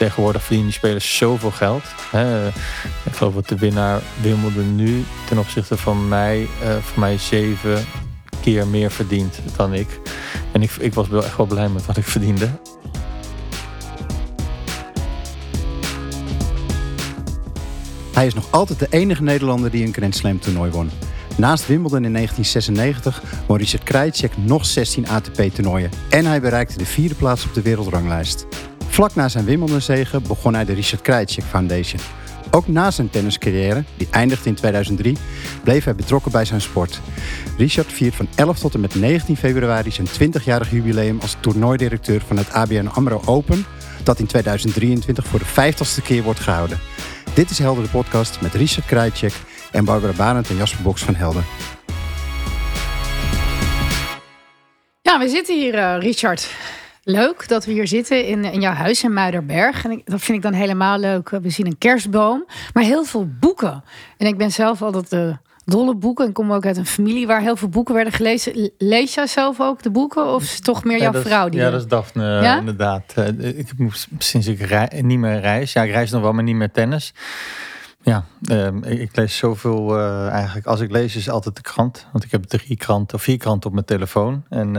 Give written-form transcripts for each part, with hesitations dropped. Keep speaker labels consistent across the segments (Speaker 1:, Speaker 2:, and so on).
Speaker 1: Tegenwoordig verdienen die spelers zoveel geld. Hè. Ik geloof dat de winnaar Wimbledon nu ten opzichte van mij, voor mij 7 keer meer verdient dan ik. En ik was wel echt wel blij met wat ik verdiende.
Speaker 2: Hij is nog altijd de enige Nederlander die een Grand Slam toernooi won. Naast Wimbledon in 1996 won Richard Krajicek nog 16 ATP-toernooien. En hij bereikte de 4e plaats op de wereldranglijst. Vlak na zijn Wimbledon-zege begon hij de Richard Krajicek Foundation. Ook na zijn tenniscarrière, die eindigde in 2003, bleef hij betrokken bij zijn sport. Richard viert van 11 tot en met 19 februari zijn 20-jarig jubileum als toernooidirecteur van het ABN AMRO Open, dat in 2023 voor de 50ste keer wordt gehouden. Dit is Helder de podcast met Richard Krajicek en Barbara Barend en Jasper Boks van Helder.
Speaker 3: Ja, we zitten hier, Richard. Leuk dat we hier zitten in jouw huis in Muiderberg. En dat vind ik dan helemaal leuk. We zien een kerstboom, maar heel veel boeken. En ik ben zelf altijd dolle boeken. En kom ook uit een familie waar heel veel boeken werden gelezen. Lees jij zelf ook de boeken? Of is het toch meer jouw vrouw?
Speaker 1: Dat is Daphne, inderdaad. Sinds ik niet meer reis. Ja, ik reis nog wel, maar niet meer tennis. Ja, ik lees zoveel eigenlijk. Als ik lees is altijd de krant. Want ik heb 3 kranten of 4 kranten op mijn telefoon. En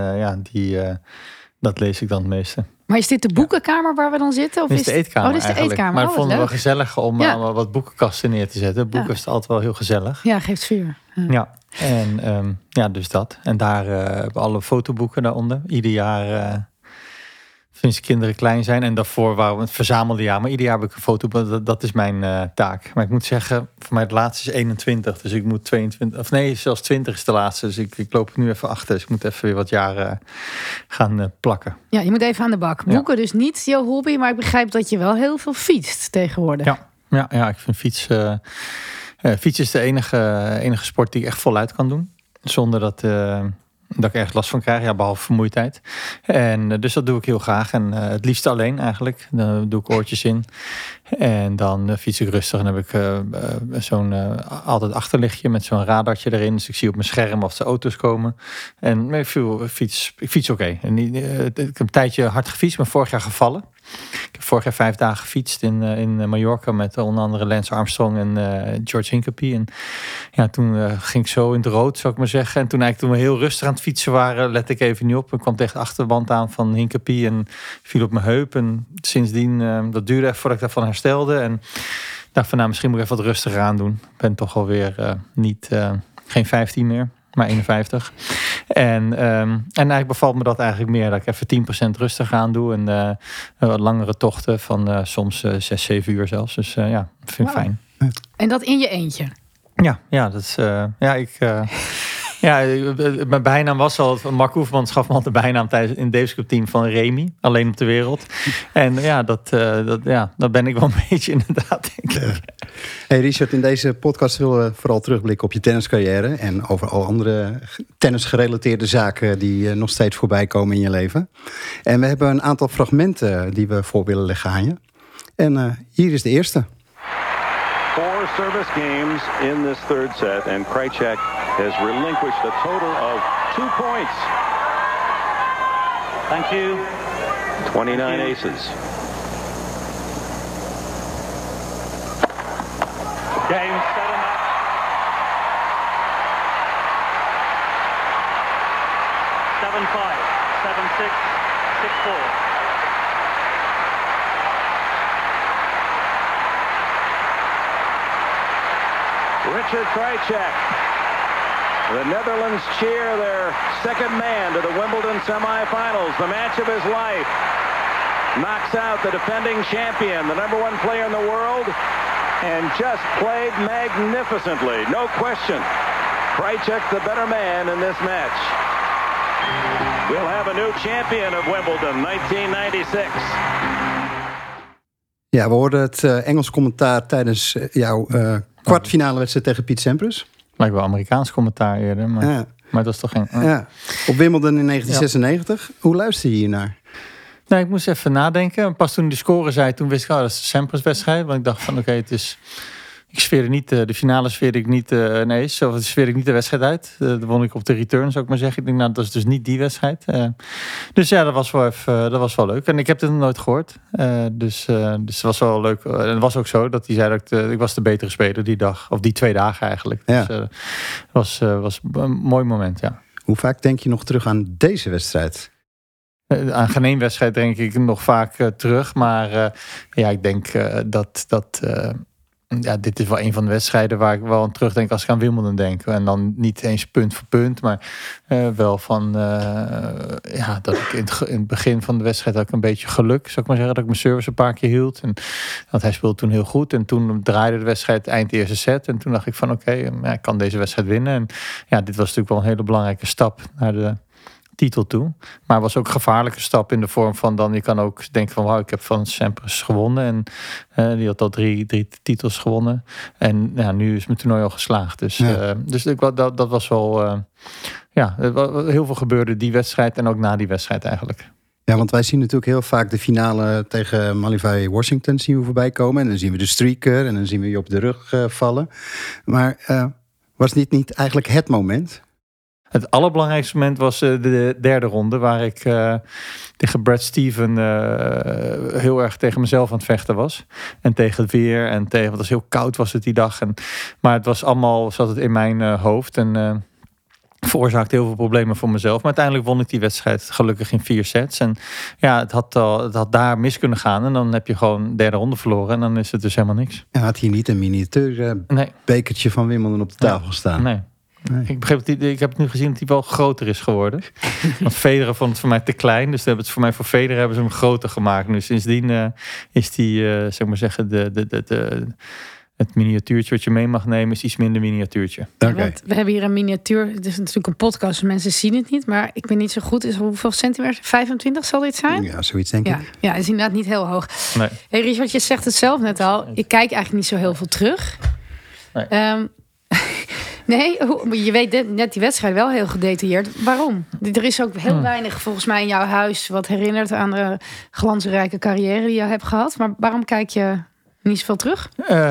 Speaker 1: dat lees ik dan het meeste.
Speaker 3: Maar is dit de boekenkamer waar we dan zitten? Of
Speaker 1: dit is de eetkamer.
Speaker 3: Oh, dit is de eetkamer.
Speaker 1: Maar ik vond het wel
Speaker 3: leuk.
Speaker 1: Gezellig om wat boekenkasten neer te zetten. Boeken is altijd wel heel gezellig.
Speaker 3: Ja, geeft sfeer.
Speaker 1: Ja, en dus dat. En daar hebben alle fotoboeken daaronder. Ieder jaar sinds kinderen klein zijn. En daarvoor waren we het verzamelde jaar. Maar ieder jaar heb ik een fotoboek. Dat is mijn taak. Maar ik moet zeggen, voor mij het laatste is 21. Dus ik moet 22. Of nee, zelfs 20 is de laatste. Dus ik loop nu even achter. Dus ik moet even weer wat jaren gaan plakken.
Speaker 3: Ja, je moet even aan de bak. Boeken dus niet jouw hobby. Maar ik begrijp dat je wel heel veel fietst tegenwoordig.
Speaker 1: Ja, ik vind fietsen is de enige sport die ik echt voluit kan doen. Zonder dat ik ergens last van krijg, behalve vermoeidheid. En dus dat doe ik heel graag. En het liefst alleen eigenlijk. Dan doe ik oortjes in. En dan fiets ik rustig. En dan heb ik zo'n altijd achterlichtje met zo'n radartje erin. Dus ik zie op mijn scherm of de auto's komen. En ik fiets oké. En ik heb een tijdje hard gefietst, maar vorig jaar gevallen. Ik heb vorig jaar 5 dagen gefietst in Mallorca met onder andere Lance Armstrong en George Hincapie. En ja, toen ging ik zo in het rood, zou ik maar zeggen. En toen we heel rustig aan het fietsen waren, lette ik even niet op. Ik kwam tegen de achterwand aan van Hincapie en viel op mijn heup. En sindsdien, dat duurde even voordat ik daarvan herstelde. En ik dacht van, misschien moet ik even wat rustiger aan doen. Ik ben toch alweer geen 15 meer. Maar 51. En eigenlijk bevalt me dat eigenlijk meer. Dat ik even 10% rustig aan doe. En wat langere tochten van soms 6-7 uur zelfs. Dus dat vind ik fijn.
Speaker 3: En dat in je eentje?
Speaker 1: Ja, dat is... mijn bijnaam was al... Mark Oefman gaf me altijd de bijnaam tijdens in het Davis Cup team van Remy. Alleen op de wereld. En dat ben ik wel een beetje inderdaad, denk ik.
Speaker 2: Hey Richard, in deze podcast willen we vooral terugblikken op je tenniscarrière. En over al andere tennisgerelateerde zaken die nog steeds voorbij komen in je leven. En we hebben een aantal fragmenten die we voor willen leggen aan je. En hier is de eerste.
Speaker 4: 4 service games in this third set, and Krajicek has relinquished a total of 2 points.
Speaker 5: Thank you.
Speaker 4: 29 aces.
Speaker 5: Game, set and match. Seven 5, 7-6, 6-4.
Speaker 4: Richard Krajicek. The Netherlands cheer their second man to the Wimbledon semifinals, the match of his life. Knocks out the defending champion, the #1 player in the world, and just played magnificently, no question. Krajicek the better man in this match. We'll have a new champion of Wimbledon, 1996.
Speaker 2: Ja, we hoorden het Engels commentaar tijdens jouw kwartfinale wedstrijd tegen Piet Sampras.
Speaker 1: Lijkt wel Amerikaans commentaar eerder, maar dat is toch geen...
Speaker 2: Ja. Op Wimbledon in 1996. Ja. Hoe luister je hiernaar?
Speaker 1: Nou, ik moest even nadenken. Pas toen de score zei, toen wist ik, dat is de Sampras-wedstrijd. Want ik dacht van, oké, het is Ik sfeerde niet, de finale sfeerde ik niet, sfeerde ik niet de wedstrijd uit. Dat won ik op de return, zou ik maar zeggen. Ik denk, nou, dat is dus niet die wedstrijd. Dus ja, dat was wel leuk. En ik heb het nog nooit gehoord. Dus het was wel leuk. En het was ook zo dat hij zei dat ik was de betere speler die dag. Of die 2 dagen eigenlijk.
Speaker 2: Ja.
Speaker 1: Dus was een mooi moment, ja.
Speaker 2: Hoe vaak denk je nog terug aan deze wedstrijd?
Speaker 1: Aan geen één wedstrijd denk ik nog vaak terug. Maar ik denk dit is wel een van de wedstrijden waar ik wel aan terugdenk als ik aan Wimbledon denk. En dan niet eens punt voor punt, maar wel van dat ik in het begin van de wedstrijd had ik een beetje geluk, zou ik maar zeggen, dat ik mijn service een paar keer hield. En want hij speelde toen heel goed. En toen draaide de wedstrijd eind eerste set. En toen dacht ik van oké, ik kan deze wedstrijd winnen. En ja, dit was natuurlijk wel een hele belangrijke stap naar de titel toe. Maar het was ook een gevaarlijke stap in de vorm van dan je kan ook denken van wauw, ik heb van Sampras gewonnen en die had al drie titels gewonnen en nu is mijn toernooi al geslaagd. Dus, dat was wel heel veel gebeurde die wedstrijd en ook na die wedstrijd eigenlijk.
Speaker 2: Ja, want wij zien natuurlijk heel vaak de finale tegen Malivai Washington zien we voorbij komen en dan zien we de streaker en dan zien we je op de rug vallen. Maar was dit niet eigenlijk het moment?
Speaker 1: Het allerbelangrijkste moment was de derde ronde, waar ik tegen Brad Steven heel erg tegen mezelf aan het vechten was. En tegen het weer en want het was heel koud was het die dag. Maar het was allemaal, zat het in mijn hoofd en veroorzaakte heel veel problemen voor mezelf. Maar uiteindelijk won ik die wedstrijd gelukkig in 4 sets. En ja, het had daar mis kunnen gaan. En dan heb je gewoon derde ronde verloren. En dan is het dus helemaal niks.
Speaker 2: Ja, had hier niet een miniatuur bekertje van Wimbledon op de tafel staan?
Speaker 1: Nee. Ik begreep ik heb het nu gezien dat hij wel groter is geworden. Want Federer vond het voor mij te klein. Dus voor Federer hebben ze hem groter gemaakt. Nu sindsdien is die, zeg maar zeggen, het miniatuurtje wat je mee mag nemen is iets minder miniatuurtje.
Speaker 3: Okay. Want we hebben hier een miniatuur. Het is natuurlijk een podcast, dus mensen zien het niet. Maar ik ben niet zo goed. Hoeveel centimeter? 25 zal dit zijn?
Speaker 2: Ja, zoiets denk ik.
Speaker 3: Ja, het is inderdaad niet heel hoog.
Speaker 1: Nee.
Speaker 3: Hey Richard, je zegt het zelf net al. Ik kijk eigenlijk niet zo heel veel terug.
Speaker 1: Nee.
Speaker 3: Nee, je weet net die wedstrijd wel heel gedetailleerd. Waarom? Er is ook heel weinig volgens mij in jouw huis wat herinnert aan de glansrijke carrière die je hebt gehad. Maar waarom kijk je niet zoveel terug?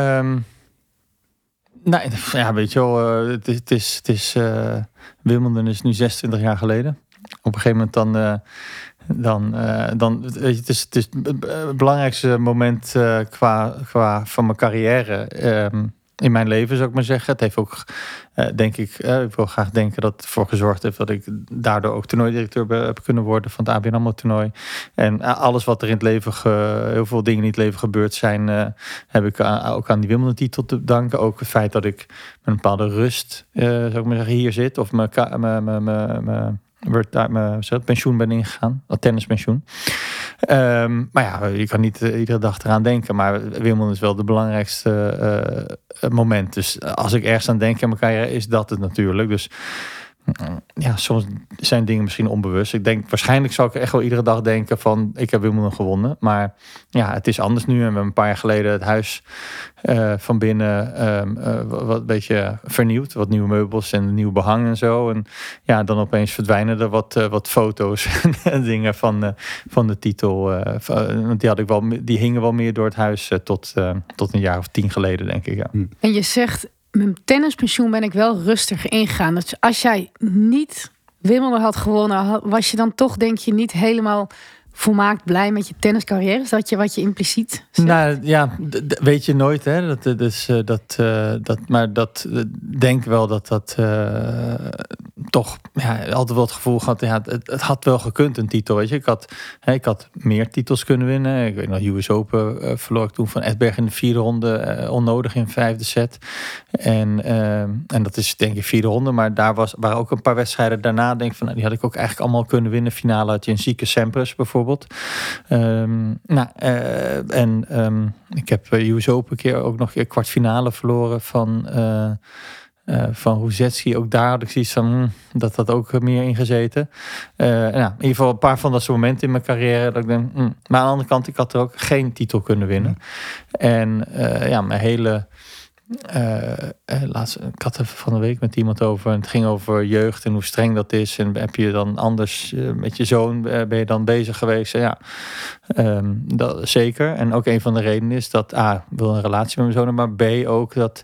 Speaker 1: Weet je wel, het is Wimbledon is nu 26 jaar geleden. Op een gegeven moment dan weet je, het is het belangrijkste moment qua van mijn carrière. In mijn leven, zou ik maar zeggen. Het heeft ook, denk ik, ik wil graag denken dat het ervoor gezorgd heeft dat ik daardoor ook toernooidirecteur heb kunnen worden van het ABN AMRO toernooi. En alles wat er in het leven, heel veel dingen in het leven gebeurd zijn, heb ik ook aan die Wimbledon titel te danken. Ook het feit dat ik met een bepaalde rust, zou ik maar zeggen, hier zit. Of mijn pensioen ben ingegaan. Tennispensioen. Maar ja, je kan niet iedere dag eraan denken. Maar Wimbledon is wel de belangrijkste moment. Dus als ik ergens aan denk in mijn carrière, is dat het natuurlijk. Dus ja, soms zijn dingen misschien onbewust. Ik denk, waarschijnlijk zou ik echt wel iedere dag denken van, ik heb Wimbledon gewonnen. Maar ja, het is anders nu. En we hebben een paar jaar geleden het huis van binnen wat een beetje vernieuwd. Wat nieuwe meubels en nieuw behang en zo. En ja, dan opeens verdwijnen er wat foto's en dingen van de titel. Want die hingen wel meer door het huis tot een jaar of 10 geleden, denk ik. Ja.
Speaker 3: En je zegt, mijn tennispensioen ben ik wel rustig ingegaan. Dus als jij niet Wimbledon had gewonnen, was je dan toch, denk je, niet helemaal volmaakt blij met je tenniscarrière? Is dat wat je impliciet zegt? Nou
Speaker 1: ja, weet je nooit, hè. Maar denk wel dat toch altijd wel het gevoel gehad, ja, het had wel gekund, een titel, weet je. Ik had meer titels kunnen winnen. Ik weet nog, US Open verloor ik toen van Edberg in de 4e ronde, onnodig in 5e set. En dat is denk ik 4e ronde, maar waren ook een paar wedstrijden daarna, denk ik van, die had ik ook eigenlijk allemaal kunnen winnen. Finale had je een zieke Sampras bijvoorbeeld. Ik heb US Open een keer ook nog een kwartfinale verloren van Ruzetski. Ook daar had ik zoiets van dat had ook meer ingezeten. In ieder geval een paar van dat soort momenten in mijn carrière dat ik denk, maar aan de andere kant, ik had er ook geen titel kunnen winnen. En mijn hele Ik had er van de week met iemand over. En het ging over jeugd en hoe streng dat is. En heb je dan anders met je zoon, ben je dan bezig geweest? Ja, dat, zeker. En ook een van de redenen is dat A, wil een relatie met mijn zoon, maar B ook dat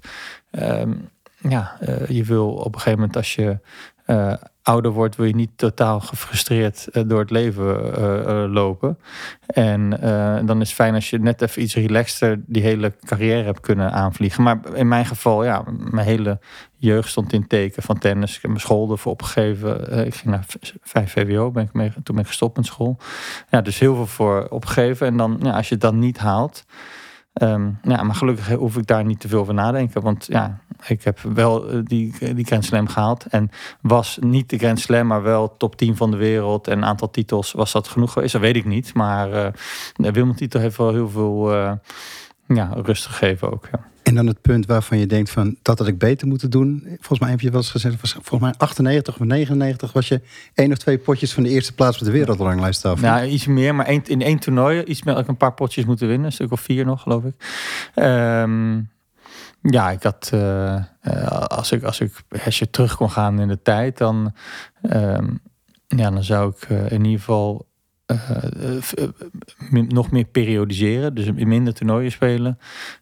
Speaker 1: je wil op een gegeven moment als je ouder wordt, wil je niet totaal gefrustreerd door het leven lopen. En dan is het fijn als je net even iets relaxter die hele carrière hebt kunnen aanvliegen. Maar in mijn geval, ja, mijn hele jeugd stond in teken van tennis. Ik heb mijn school ervoor opgegeven. Ik ging naar 5 VWO, toen ben ik gestopt met school. Ja, dus heel veel voor opgegeven. En dan, als je het dan niet haalt. Maar gelukkig hoef ik daar niet te veel over nadenken. Want ja, ik heb wel die Grand Slam gehaald. En was niet de Grand Slam, maar wel top 10 van de wereld. En een aantal titels, was dat genoeg geweest? Dat weet ik niet. Maar de Wimbledon-titel heeft wel heel veel rust gegeven ook. Ja.
Speaker 2: En dan het punt waarvan je denkt van dat had ik beter moeten doen. Volgens mij heb je wel eens gezegd, volgens mij 98 of 99 was je 1 of 2 potjes van de eerste plaats op de wereldranglijst af.
Speaker 1: Nou, iets meer, maar in 1 toernooi iets meer, ook een paar potjes moeten winnen. Een stuk of 4 nog, geloof ik. Ik had, als je terug kon gaan in de tijd, dan zou ik in ieder geval nog meer periodiseren. Dus minder toernooien spelen.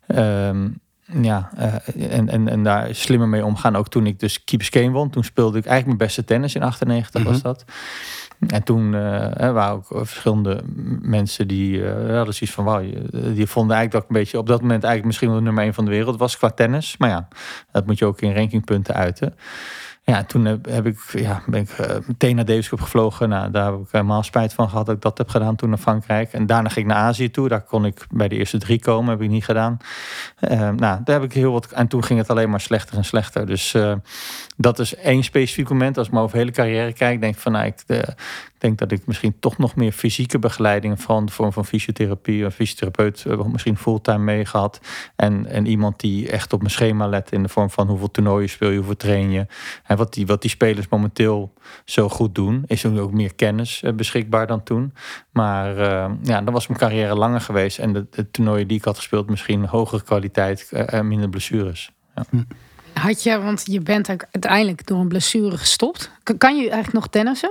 Speaker 1: En daar slimmer mee omgaan. Ook toen ik dus Keepers Game won. Toen speelde ik eigenlijk mijn beste tennis in 98 was dat. En toen waren ook verschillende mensen die hadden zoiets van wauw, die vonden eigenlijk dat ik een beetje op dat moment eigenlijk misschien wel de nummer 1 van de wereld was qua tennis. Maar ja, dat moet je ook in rankingpunten uiten. Ja, toen ben ik meteen naar Davis Cup gevlogen. Nou, daar heb ik helemaal spijt van gehad dat ik dat heb gedaan toen naar Frankrijk. En daarna ging ik naar Azië toe. Daar kon ik bij de eerste 3 komen. Heb ik niet gedaan. Daar heb ik heel wat. En toen ging het alleen maar slechter en slechter. Dus dat is 1 specifiek moment. Als ik maar over de hele carrière kijk, denk ik van ik denk dat ik misschien toch nog meer fysieke begeleiding van de vorm van fysiotherapie, een fysiotherapeut misschien fulltime mee gehad. En iemand die echt op mijn schema let in de vorm van hoeveel toernooien speel je, hoeveel train je. En wat die spelers momenteel zo goed doen, is er ook meer kennis beschikbaar dan toen. Maar dan was mijn carrière langer geweest. En de toernooien die ik had gespeeld, misschien hogere kwaliteit en minder blessures. Ja.
Speaker 3: Had je, want je bent uiteindelijk door een blessure gestopt. Kan je eigenlijk nog tennissen?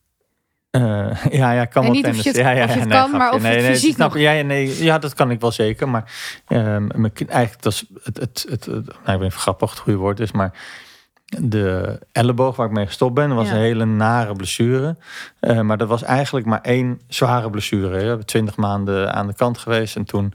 Speaker 1: Ik kan wel tennis. Maar of het fysiek nog. Ja, dat kan ik wel zeker. Maar eigenlijk, dat is ik ben even grappig het goede woord is, maar de elleboog waar ik mee gestopt ben, was een hele nare blessure. Maar dat was eigenlijk maar 1 zware blessure. We hebben 20 maanden aan de kant geweest. En toen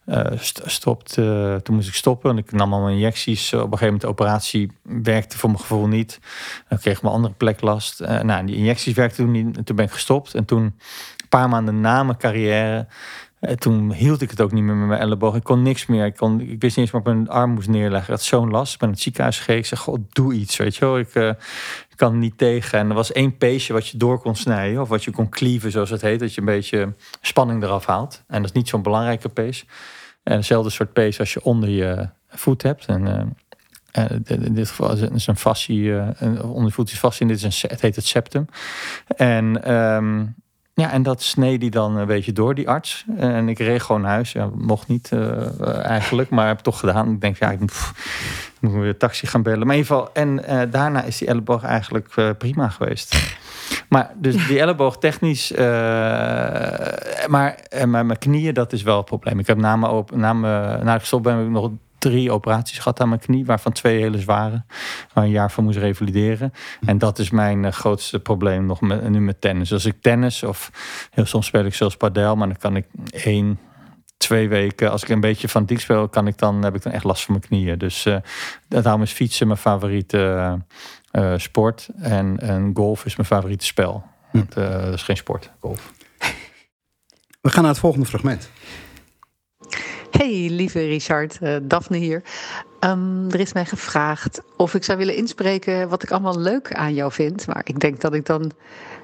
Speaker 1: toen moest ik stoppen. En ik nam allemaal injecties. Op een gegeven moment de operatie werkte voor mijn gevoel niet. Dan kreeg ik mijn andere plek last. Die injecties werkten toen niet. En toen ben ik gestopt. En toen, een paar maanden na mijn carrière, toen hield ik het ook niet meer met mijn elleboog. Ik kon niks meer. Ik wist niet eens waar ik mijn arm moest neerleggen. Ik had zo'n last. Ik ben naar het ziekenhuis gegaan. Ik zeg, god, doe iets, weet je wel. Ik kan er niet tegen. En er was 1 peesje wat je door kon snijden. Of wat je kon cleaven, zoals het heet. Dat je een beetje spanning eraf haalt. En dat is niet zo'n belangrijke pees. En hetzelfde soort pees als je onder je voet hebt. En in dit geval is een fascie. Onder je voet is fascie. Het heet het septum. En dat sneed hij dan een beetje door, die arts. En ik reed gewoon naar huis. Ja, mocht niet eigenlijk, maar heb het toch gedaan. Ik denk, ik moet weer een taxi gaan bellen. Maar in ieder geval, en daarna is die elleboog eigenlijk prima geweest. Maar dus die elleboog technisch, maar mijn knieën, dat is wel het probleem. Ik heb na ik gestopt ben, heb ik nog 3 operaties gehad aan mijn knie, waarvan 2 hele zware, waar een jaar van moest revalideren. En dat is mijn grootste probleem nog nu met tennis. Als ik tennis, of heel soms speel ik zelfs padel, maar dan kan ik 1-2 weken, als ik een beetje van dik speel, heb ik dan echt last van mijn knieën. Dus daarom is fietsen mijn favoriete sport. En golf is mijn favoriete spel. Dat is geen sport, golf.
Speaker 2: We gaan naar het volgende fragment.
Speaker 6: Hey, lieve Richard, Daphne hier. Er is mij gevraagd of ik zou willen inspreken wat ik allemaal leuk aan jou vind. Maar ik denk dat ik dan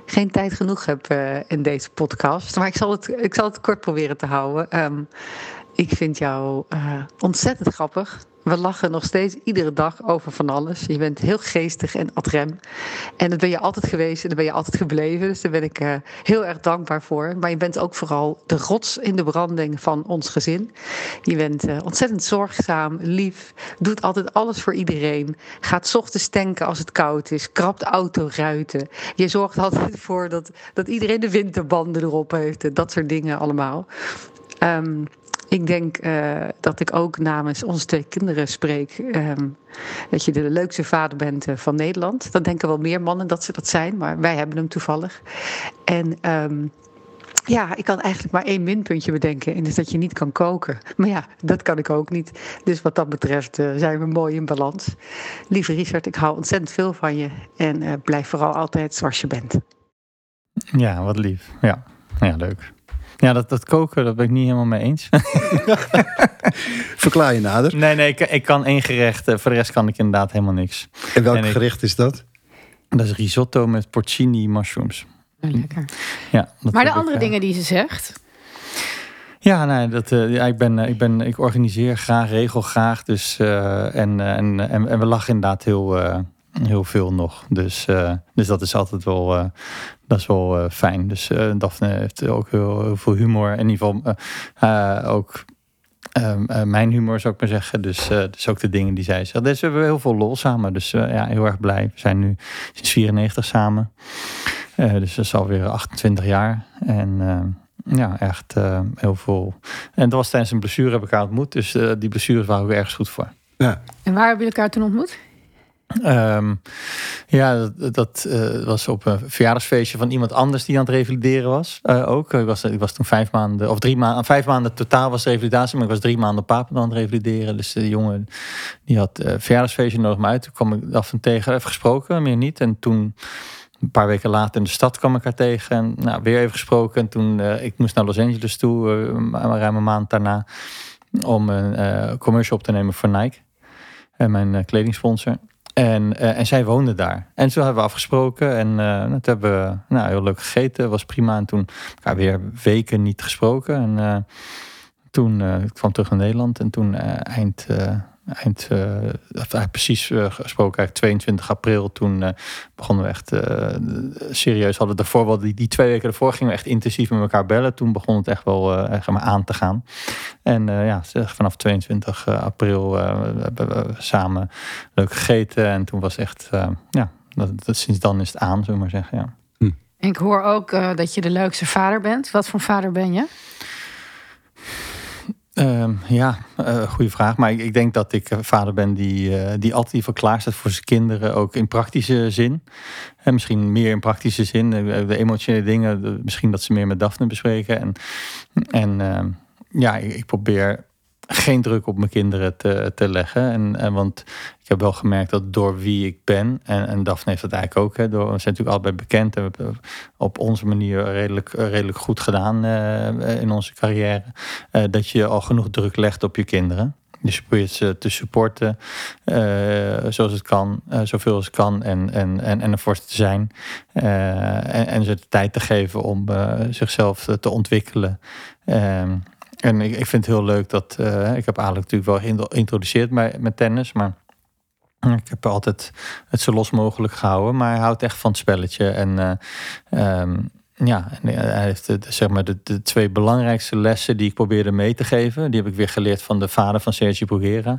Speaker 6: geen tijd genoeg heb in deze podcast. Maar ik zal het kort proberen te houden. Ik vind jou ontzettend grappig. We lachen nog steeds iedere dag over van alles. Je bent heel geestig en ad rem. En dat ben je altijd geweest en dat ben je altijd gebleven. Dus daar ben ik heel erg dankbaar voor. Maar je bent ook vooral de rots in de branding van ons gezin. Je bent ontzettend zorgzaam, lief. Doet altijd alles voor iedereen. Gaat 's ochtends tanken als het koud is. Krabt autoruiten. Je zorgt altijd voor dat iedereen de winterbanden erop heeft. Dat soort dingen allemaal. Ik denk dat ik ook namens onze 2 kinderen spreek. Dat je de leukste vader bent van Nederland. Dat denken wel meer mannen dat ze dat zijn, maar wij hebben hem toevallig. En ik kan eigenlijk maar 1 minpuntje bedenken. En dat is dat je niet kan koken. Maar ja, dat kan ik ook niet. Dus wat dat betreft zijn we mooi in balans. Lieve Richard, ik hou ontzettend veel van je. En blijf vooral altijd zoals je bent.
Speaker 1: Ja, wat lief. Ja, leuk. Ja, dat koken, dat ben ik niet helemaal mee eens.
Speaker 2: Verklaar je nader.
Speaker 1: Nee, ik kan 1 gerecht. Voor de rest kan ik inderdaad helemaal niks.
Speaker 2: En welk gerecht is dat?
Speaker 1: Dat is risotto met porcini mushrooms.
Speaker 3: Lekker.
Speaker 1: Ja,
Speaker 3: Maar de andere dingen die ze zegt...
Speaker 1: Ja, nee, ik organiseer graag, regel graag. Dus, en we lachen inderdaad heel veel nog. Dus dat is altijd wel fijn. Dus Daphne heeft ook heel veel humor. In ieder geval ook mijn humor, zou ik maar zeggen. Dus ook de dingen die zij zegt. Dus we hebben heel veel lol samen. Dus heel erg blij. We zijn nu sinds 94 samen. Dus dat is alweer 28 jaar. En echt heel veel. En dat was tijdens een blessure heb ik haar ontmoet. Dus die blessures waren ook ergens goed voor.
Speaker 2: Ja.
Speaker 3: En waar hebben jullie elkaar toen ontmoet?
Speaker 1: Dat was op een verjaardagsfeestje van iemand anders die aan het revalideren was. Ook. Ik was toen 5 maanden, of 3 maanden, 5 maanden totaal was revalidatie, maar ik was 3 maanden op Papendal aan het revalideren. Dus de jongen die had verjaardagsfeestje nodig me uit. Toen kwam ik af en tegen, even gesproken, meer niet. En toen een paar weken later in de stad kwam ik haar tegen. En weer even gesproken. En toen ik moest naar Los Angeles toe, ruim een maand daarna, om een commercial op te nemen voor Nike. Mijn kledingsponsor. En zij woonde daar. En toen hebben we afgesproken. En toen hebben we heel leuk gegeten. Was prima. En toen elkaar weer weken niet gesproken. En toen kwam ik terug naar Nederland. En toen precies gesproken, eigenlijk 22 april. Toen begonnen we echt serieus. Hadden daarvoor wel die 2 weken ervoor gingen we echt intensief met elkaar bellen. Toen begon het echt wel aan te gaan. En vanaf 22 april hebben we samen leuk gegeten. En toen was echt, sinds dan is het aan, zullen we maar zeggen. Ja.
Speaker 3: En ik hoor ook dat je de leukste vader bent. Wat voor vader ben je?
Speaker 1: Goede vraag. Maar ik denk dat ik vader ben die altijd voor klaar staat voor zijn kinderen. Ook in praktische zin. En misschien meer in praktische zin. De emotionele dingen, misschien dat ze meer met Daphne bespreken. Ik probeer geen druk op mijn kinderen te leggen. Want ik heb wel gemerkt dat door wie ik ben, en Daphne heeft dat eigenlijk ook. We zijn natuurlijk allebei bekend en we hebben op onze manier redelijk goed gedaan in onze carrière. Dat je al genoeg druk legt op je kinderen. Dus je probeert ze te supporten zoals het kan, zoveel als het kan en ervoor te zijn. En ze de tijd te geven om zichzelf te ontwikkelen. En ik vind het heel leuk dat ik heb Alec natuurlijk wel geïntroduceerd met tennis, maar ik heb altijd het zo los mogelijk gehouden. Maar hij houdt echt van het spelletje. En hij heeft de 2 belangrijkste lessen die ik probeerde mee te geven. Die heb ik weer geleerd van de vader van Sergio Bruguera.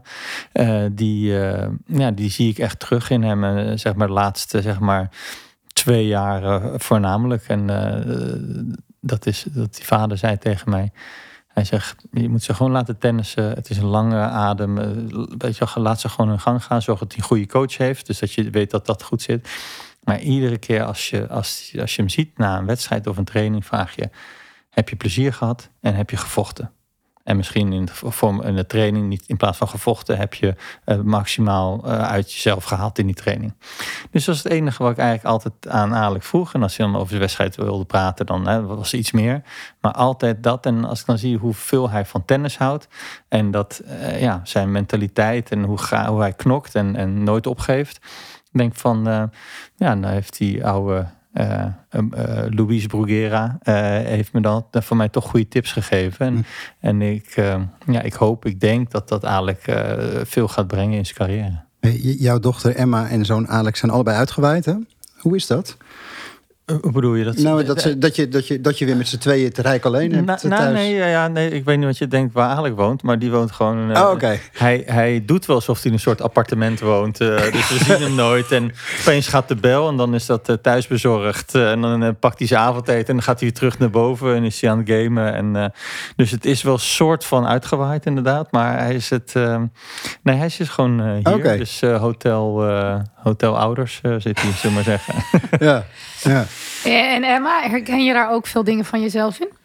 Speaker 1: Die zie ik echt terug in hem. De laatste 2 jaar voornamelijk. En dat die vader zei tegen mij. Hij zegt, je moet ze gewoon laten tennissen. Het is een lange adem. Laat ze gewoon hun gang gaan. Zorg dat hij een goede coach heeft. Dus dat je weet dat dat goed zit. Maar iedere keer als je hem ziet na een wedstrijd of een training, vraag je, heb je plezier gehad en heb je gevochten? En misschien in de training, niet in plaats van gevochten, heb je maximaal uit jezelf gehaald in die training. Dus dat is het enige wat ik eigenlijk altijd aan Alec vroeg. En als hij dan over zijn wedstrijd wilde praten, dan was er iets meer. Maar altijd dat. En als ik dan zie hoeveel hij van tennis houdt. En dat zijn mentaliteit en hoe hij knokt en nooit opgeeft. Denk van, dan heeft die oude Luis Bruguera heeft me dan voor mij toch goede tips gegeven. En ik denk dat Alec veel gaat brengen in zijn carrière.
Speaker 2: Jouw dochter Emma en zoon Alex zijn allebei uitgewaaid, hè? Hoe is dat?
Speaker 1: Hoe bedoel je dat?
Speaker 2: Nou, dat je weer met z'n tweeën te rijk alleen hebt thuis.
Speaker 1: Nee, ik weet niet wat je denkt waar Alec woont, maar die woont gewoon...
Speaker 2: Oké.
Speaker 1: Hij doet wel alsof hij in een soort appartement woont, dus we zien hem nooit. En opeens gaat de bel en dan is dat thuisbezorgd. En dan pakt hij zijn avondeten en dan gaat hij weer terug naar boven en is hij aan het gamen. En, dus het is wel een soort van uitgewaaid inderdaad, maar hij is hij is gewoon hier.
Speaker 2: Okay.
Speaker 1: Dus hotel ouders zit hij, zullen we maar zeggen.
Speaker 2: Ja.
Speaker 3: En Emma, herken je daar ook veel dingen van jezelf in?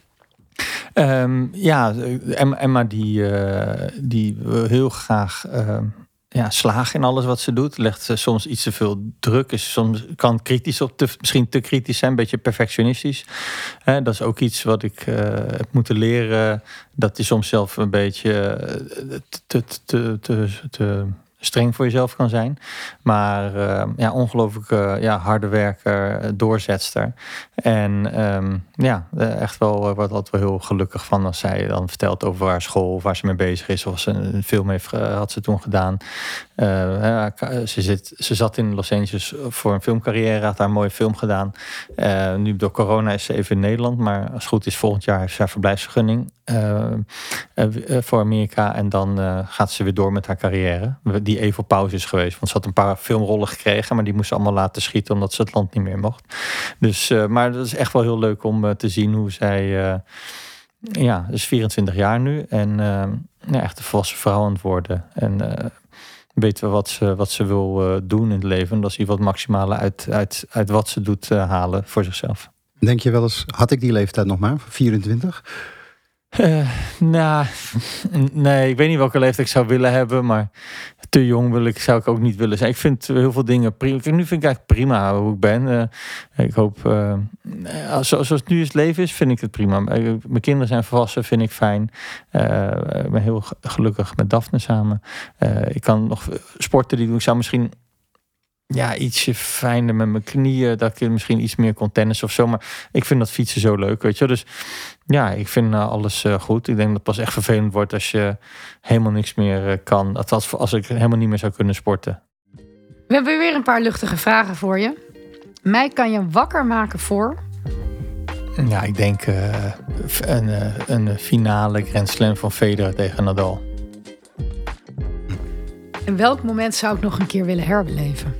Speaker 1: Emma die wil heel graag slagen in alles wat ze doet. Legt soms iets te veel druk. Soms kan kritisch misschien te kritisch zijn, een beetje perfectionistisch. Dat is ook iets wat ik heb moeten leren. Dat je soms zelf een beetje te streng voor jezelf kan zijn. Maar ongelooflijk harde werker, doorzetster. En echt wel wordt altijd wel heel gelukkig van als zij dan vertelt over haar school, of waar ze mee bezig is, of ze een film had ze toen gedaan. Ze zat in Los Angeles voor een filmcarrière, had daar een mooie film gedaan. Nu door corona is ze even in Nederland, maar als het goed is volgend jaar heeft ze haar verblijfsvergunning voor Amerika. En dan gaat ze weer door met haar carrière. Die even op pauze is geweest. Want ze had een paar filmrollen gekregen, maar die moest ze allemaal laten schieten omdat ze het land niet meer mocht. Dus, maar dat is echt wel heel leuk om te zien hoe zij... is 24 jaar nu. En echt een volwassen vrouw aan het worden. En weten we wat ze wil doen in het leven. Dat is hier wat maximale uit wat ze doet halen voor zichzelf.
Speaker 2: Denk je wel eens, had ik die leeftijd nog maar, 24?
Speaker 1: Nee, ik weet niet welke leeftijd ik zou willen hebben, maar te jong zou ik ook niet willen zijn. Ik vind heel veel dingen prima. Nu vind ik eigenlijk prima hoe ik ben. Ik hoop, zoals het nu het leven is, vind ik het prima. Mijn kinderen zijn volwassen, vind ik fijn. Ik ben heel gelukkig met Daphne samen. Ik kan nog sporten die doen. Ik zou misschien ietsje fijner met mijn knieën, dat ik misschien iets meer kon tennissen of zo. Maar ik vind dat fietsen zo leuk, weet je. Dus ja, ik vind alles goed. Ik denk dat het pas echt vervelend wordt als je helemaal niks meer kan. Althans, als ik helemaal niet meer zou kunnen sporten.
Speaker 3: We hebben weer een paar luchtige vragen voor je. Mij kan je wakker maken voor?
Speaker 1: Ja, ik denk een finale Grand Slam van Federer tegen Nadal.
Speaker 3: En welk moment zou ik nog een keer willen herbeleven?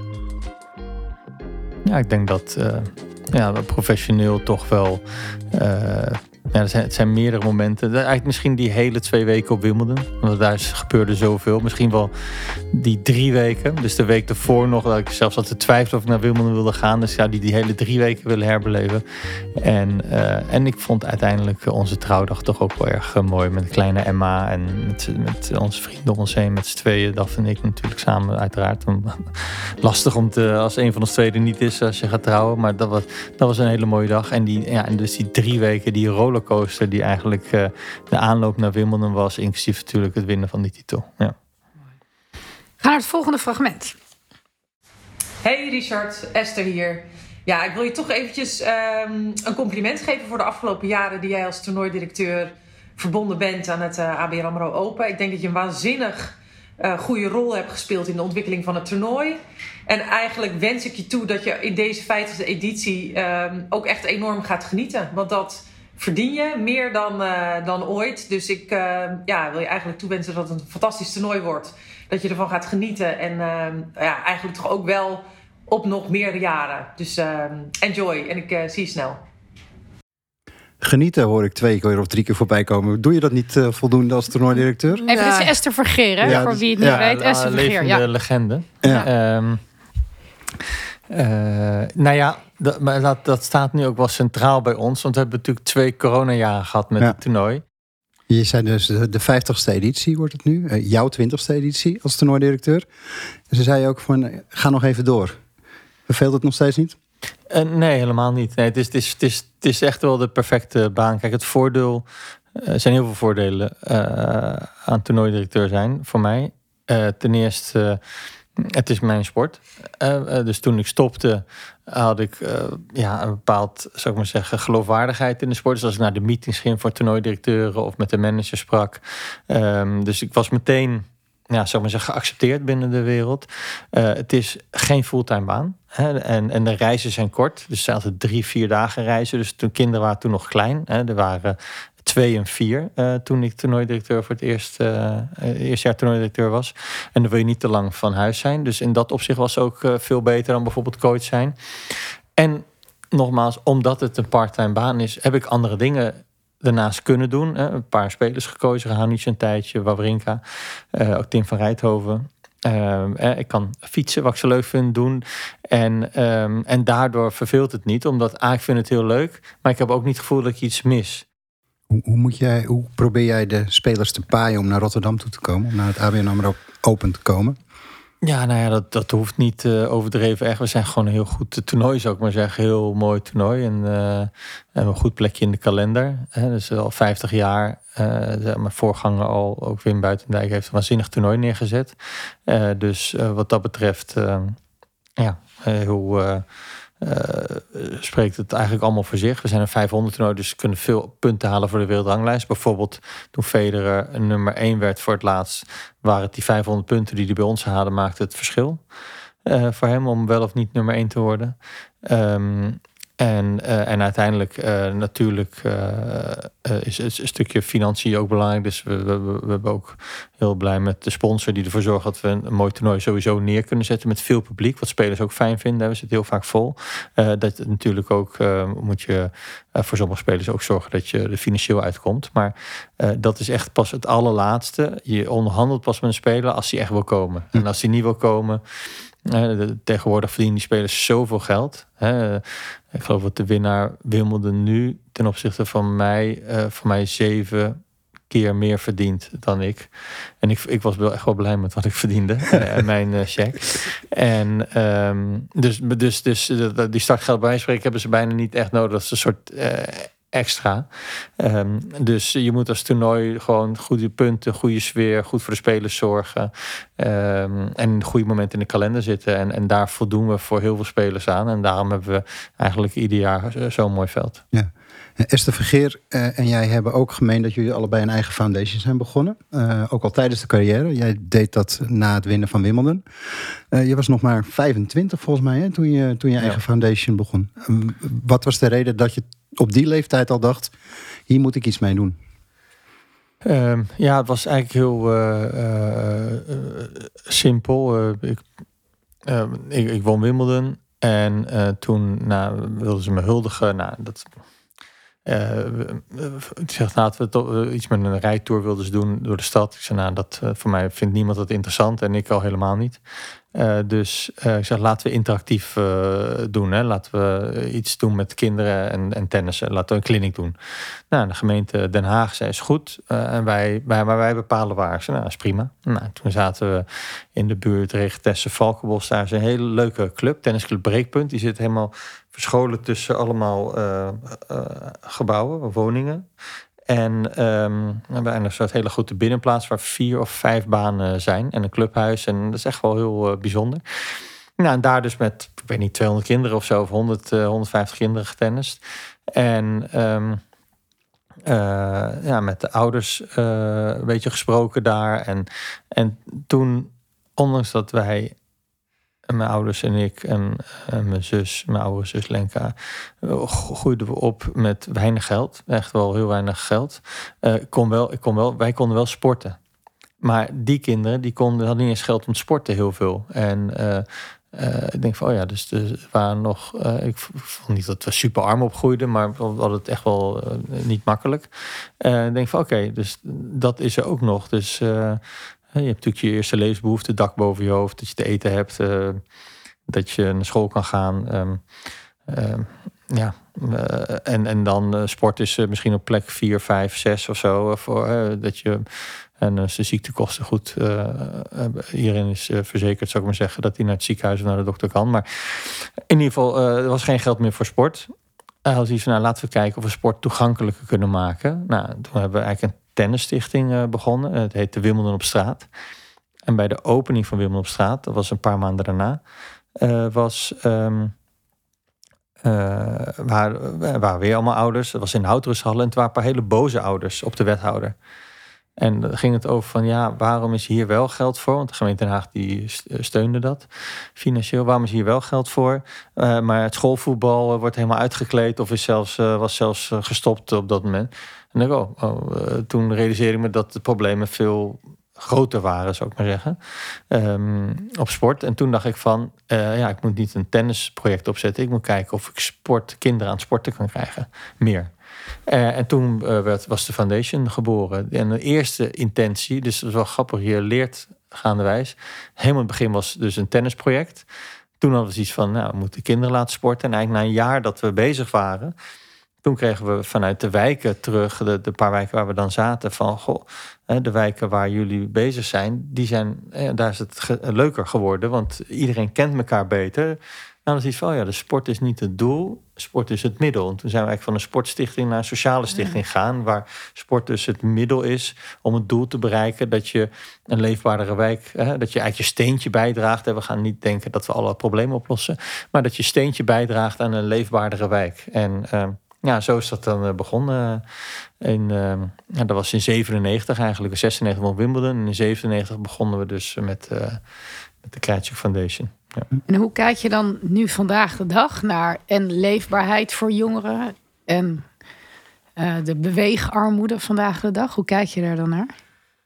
Speaker 1: Ja, ik denk dat professioneel toch wel... het zijn meerdere momenten. Eigenlijk misschien die hele 2 weken op Wimbledon. Want daar gebeurde zoveel. Misschien wel die 3 weken. Dus de week ervoor nog. Dat ik zelfs had te twijfelen of ik naar Wimbledon wilde gaan. Dus ja, die hele 3 weken willen herbeleven. En ik vond uiteindelijk onze trouwdag toch ook wel erg mooi. Met kleine Emma en met onze vrienden om ons heen. Met z'n tweeën. Daf en ik natuurlijk samen uiteraard. Lastig om als een van ons tweeën er niet is als je gaat trouwen. Maar dat was een hele mooie dag. En dus die 3 weken, die rollercoaster die eigenlijk de aanloop naar Wimbledon was, inclusief natuurlijk het winnen van die titel. Ja.
Speaker 3: Ga naar het volgende fragment.
Speaker 7: Hey Richard, Esther hier. Ja, ik wil je toch eventjes een compliment geven voor de afgelopen jaren die jij als toernooidirecteur verbonden bent aan het ABN AMRO Open. Ik denk dat je een waanzinnig goede rol hebt gespeeld in de ontwikkeling van het toernooi. En eigenlijk wens ik je toe dat je in deze 50e editie ook echt enorm gaat genieten. Want dat verdien je meer dan ooit. Dus ik wil je eigenlijk toewensen dat het een fantastisch toernooi wordt. Dat je ervan gaat genieten. En eigenlijk toch ook wel op nog meer jaren. Dus enjoy. En ik zie je snel.
Speaker 2: Genieten hoor ik 2 keer of 3 keer voorbij komen. Doe je dat niet voldoende als toernooidirecteur?
Speaker 3: Even, dit is Esther Vergeer, hè? Voor wie het niet weet. Esther Vergeer,
Speaker 1: levende legende.
Speaker 2: Ja.
Speaker 1: Maar dat staat nu ook wel centraal bij ons. Want we hebben natuurlijk 2 coronajaren gehad met het toernooi.
Speaker 2: Je zei dus de 50ste editie wordt het nu. Jouw 20ste editie als toernooidirecteur. En ze zei ook van, ga nog even door. Verveelt het nog steeds niet?
Speaker 1: Nee, helemaal niet. Nee, het is echt wel de perfecte baan. Kijk, het voordeel... Er zijn heel veel voordelen aan toernooidirecteur zijn voor mij. Ten eerste... Het is mijn sport. Dus toen ik stopte, had ik een bepaald, zou ik maar zeggen, geloofwaardigheid in de sport. Dus als ik naar de meetings ging voor toernooidirecteuren of met de manager sprak. Dus ik was meteen, zou ik maar zeggen, geaccepteerd binnen de wereld. Het is geen fulltime baan. Hè, en de reizen zijn kort. Dus het zijn altijd 3-4 dagen reizen. Dus toen kinderen waren toen nog klein. Hè, er waren 2 en 4 toen ik toernooidirecteur voor het eerste jaar toernooidirecteur was. En dan wil je niet te lang van huis zijn. Dus in dat opzicht was het ook veel beter dan bijvoorbeeld coach zijn. En nogmaals, omdat het een parttime baan is, heb ik andere dingen daarnaast kunnen doen. Een paar spelers gekozen, Rahanic een tijdje, Wawrinka, ook Tim van Rijthoven. Ik kan fietsen, wat ik zo leuk vind, doen. En daardoor verveelt het niet, omdat ik vind het heel leuk, maar ik heb ook niet het gevoel dat ik iets mis.
Speaker 2: Hoe probeer jij de spelers te paaien om naar Rotterdam toe te komen? Om naar het ABN AMRO Open te komen?
Speaker 1: Ja, dat hoeft niet overdreven erg. We zijn gewoon een heel goed toernooi, zou ik maar zeggen. Heel mooi toernooi. En een goed plekje in de kalender. Dus al 50 jaar. Mijn voorganger ook Wim Buitendijk heeft een waanzinnig toernooi neergezet. Dus wat dat betreft, spreekt het eigenlijk allemaal voor zich. We zijn een 500 toernooi, dus we kunnen veel punten halen voor de wereldranglijst. Bijvoorbeeld toen Federer nummer 1 werd voor het laatst, waren het die 500 punten die hij bij ons haalde, maakte het verschil voor hem om wel of niet nummer 1 te worden. En uiteindelijk natuurlijk is een stukje financiën ook belangrijk. Dus we hebben ook heel blij met de sponsor die ervoor zorgt dat we een mooi toernooi sowieso neer kunnen zetten met veel publiek. Wat spelers ook fijn vinden. We zitten heel vaak vol. Dat natuurlijk ook moet je voor sommige spelers ook zorgen dat je er financieel uitkomt. Maar dat is echt pas het allerlaatste. Je onderhandelt pas met een speler als hij echt wil komen. En als hij niet wil komen, tegenwoordig verdienen die spelers zoveel geld. Ik geloof dat de winnaar Wimbledon nu ten opzichte van mij, voor mij 7 keer meer verdient dan ik. En ik was wel echt wel blij met wat ik verdiende. Mijn cheque. En dus die startgeld bij mij spreken hebben ze bijna niet echt nodig. Dat is een soort extra. Dus je moet als toernooi gewoon goede punten, goede sfeer, goed voor de spelers zorgen. En een goede moment in de kalender zitten. En daar voldoen we voor heel veel spelers aan. En daarom hebben we eigenlijk ieder jaar zo'n mooi veld.
Speaker 2: Ja. Esther Vergeer en jij hebben ook gemeend dat jullie allebei een eigen foundation zijn begonnen. Ook al tijdens de carrière. Jij deed dat na het winnen van Wimbledon. Je was nog maar 25 volgens mij, hè, toen je eigen foundation begon. Wat was de reden dat je op die leeftijd al dacht, hier moet ik iets mee doen?
Speaker 1: Het was eigenlijk heel simpel. Ik won Wimbledon en toen wilden ze me huldigen. Ik zeg, laten we toch iets met een rijtour wilden ze doen door de stad. Ik zei, dat voor mij vindt niemand dat interessant en ik al helemaal niet. Dus ik zeg, laten we interactief doen. Hè. Laten we iets doen met kinderen en tennissen. Laten we een kliniek doen. De gemeente Den Haag zei, is goed. En wij bepalen waar. Ik zei, dat is prima. Toen zaten we in de buurt Regentesse Valkenbos. Daar is een hele leuke club, Tennisclub Breekpunt. Die zit helemaal verscholen tussen allemaal gebouwen, woningen. En we hebben een soort hele grote binnenplaats waar 4 of 5 banen zijn. En een clubhuis. En dat is echt wel heel bijzonder. En daar dus met, ik weet niet, 200 kinderen of zo. Of 150 kinderen getennist. En met de ouders een beetje gesproken daar. En toen, ondanks dat wij, mijn ouders en ik en mijn zus, mijn oudere zus Lenka, groeiden we op met weinig geld. Echt wel heel weinig geld. Wij konden wel sporten. Maar die kinderen, hadden niet eens geld om te sporten heel veel. En ik denk van, dus er waren nog, ik vond niet dat we super arm opgroeiden, maar we hadden het echt wel niet makkelijk. Ik denk van, oké, dus dat is er ook nog. Dus je hebt natuurlijk je eerste levensbehoefte, dak boven je hoofd, dat je te eten hebt, dat je naar school kan gaan. En dan sport is misschien op plek 4, 5, 6 of zo. Dat je, en de ziektekosten goed hierin is verzekerd, zou ik maar zeggen, dat hij naar het ziekenhuis of naar de dokter kan. Maar in ieder geval, er was geen geld meer voor sport. Had iets van, laten we kijken of we sport toegankelijker kunnen maken. Toen hebben we eigenlijk een tennisstichting begonnen. Het heet de Wimbledon op straat. En bij de opening van Wimbledon op straat, dat was een paar maanden daarna, waren weer allemaal ouders. Dat was in de Houtrushallen. En het waren een paar hele boze ouders op de wethouder. En dan ging het over van, waarom is hier wel geld voor? Want de gemeente Den Haag die steunde dat financieel. Waarom is hier wel geld voor? Maar het schoolvoetbal wordt helemaal uitgekleed of was zelfs gestopt op dat moment. En dan toen realiseerde ik me dat de problemen veel groter waren, zou ik maar zeggen, op sport. En toen dacht ik van, ik moet niet een tennisproject opzetten. Ik moet kijken of ik kinderen aan het sporten kan krijgen. Meer. En toen was de foundation geboren. En de eerste intentie, dus dat is wel grappig, je leert gaandewijs. Helemaal in het begin was dus een tennisproject. Toen hadden we zoiets van, we moeten kinderen laten sporten. En eigenlijk na een jaar dat we bezig waren, toen kregen we vanuit de wijken terug, de paar wijken waar we dan zaten, van de wijken waar jullie bezig zijn, daar is het leuker geworden, want iedereen kent elkaar beter. Nou, dat is iets van, de sport is niet het doel, sport is het middel. En toen zijn we eigenlijk van een sportstichting naar een sociale stichting gegaan, waar sport dus het middel is om het doel te bereiken dat je een leefbaardere wijk, dat je eigenlijk je steentje bijdraagt. En we gaan niet denken dat we alle problemen oplossen, maar dat je steentje bijdraagt aan een leefbaardere wijk. En zo is dat dan begonnen. Dat was in 97 eigenlijk. In 96 van Wimbledon. En in 97 begonnen we dus met de Krajicek Foundation. Ja.
Speaker 3: En hoe kijk je dan nu vandaag de dag naar leefbaarheid voor jongeren en de beweegarmoede vandaag de dag? Hoe kijk je daar dan naar?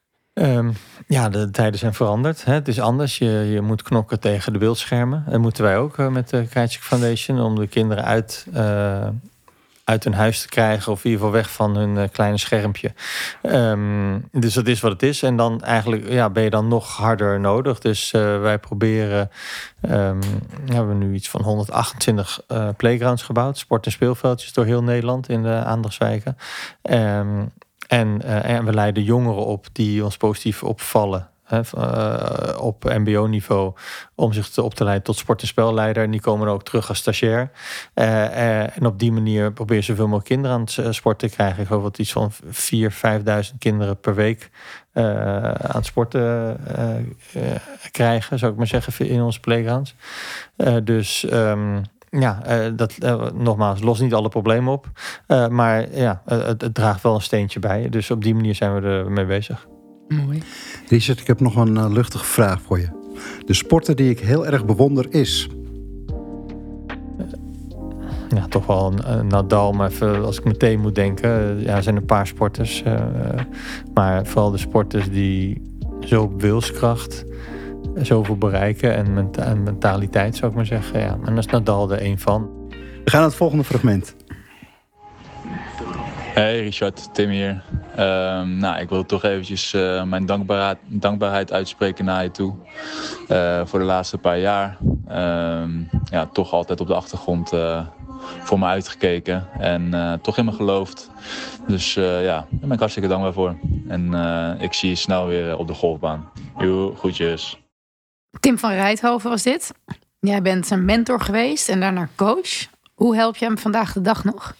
Speaker 1: De tijden zijn veranderd. Hè. Het is anders. Je moet knokken tegen de beeldschermen. Dat moeten wij ook met de Krajicek Foundation. Om de kinderen uit hun huis te krijgen, of in ieder geval weg van hun kleine schermpje. Dus dat is wat het is. En dan eigenlijk ben je dan nog harder nodig. Dus wij proberen, we hebben nu iets van 128 playgrounds gebouwd, sport- en speelveldjes door heel Nederland in de aandachtswijken. En we leiden jongeren op die ons positief opvallen. Op mbo-niveau om zich op te leiden tot sport- en spelleider. En die komen dan ook terug als stagiair. En op die manier proberen zoveel mogelijk kinderen aan het sport te krijgen. Ik geloof dat iets van 4.000-5.000 kinderen per week aan het sporten krijgen, zou ik maar zeggen, in onze playgrounds. Nogmaals, lost niet alle problemen op. Maar het draagt wel een steentje bij. Dus op die manier zijn we er mee bezig.
Speaker 3: Mooi.
Speaker 2: Richard, ik heb nog een luchtige vraag voor je. De sporter die ik heel erg bewonder is?
Speaker 1: Toch wel een Nadal, maar even, als ik meteen moet denken, er zijn een paar sporters. Maar vooral de sporters die zo op wilskracht zoveel bereiken en mentaliteit, zou ik maar zeggen. Ja. En daar is Nadal er een van.
Speaker 2: We gaan naar het volgende fragment.
Speaker 8: Hey Richard, Tim hier. Ik wil toch eventjes mijn dankbaarheid uitspreken naar je toe. Voor de laatste paar jaar. Toch altijd op de achtergrond voor me uitgekeken. En toch in me geloofd. Dus daar ben ik hartstikke dankbaar voor. En ik zie je snel weer op de golfbaan. Joe, groetjes.
Speaker 3: Tim van Rijthoven was dit. Jij bent zijn mentor geweest en daarna coach. Hoe help je hem vandaag de dag nog?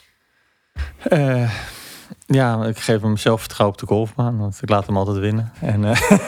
Speaker 1: Ik geef hem zelfvertrouwen op de golfbaan, want ik laat hem altijd winnen. En,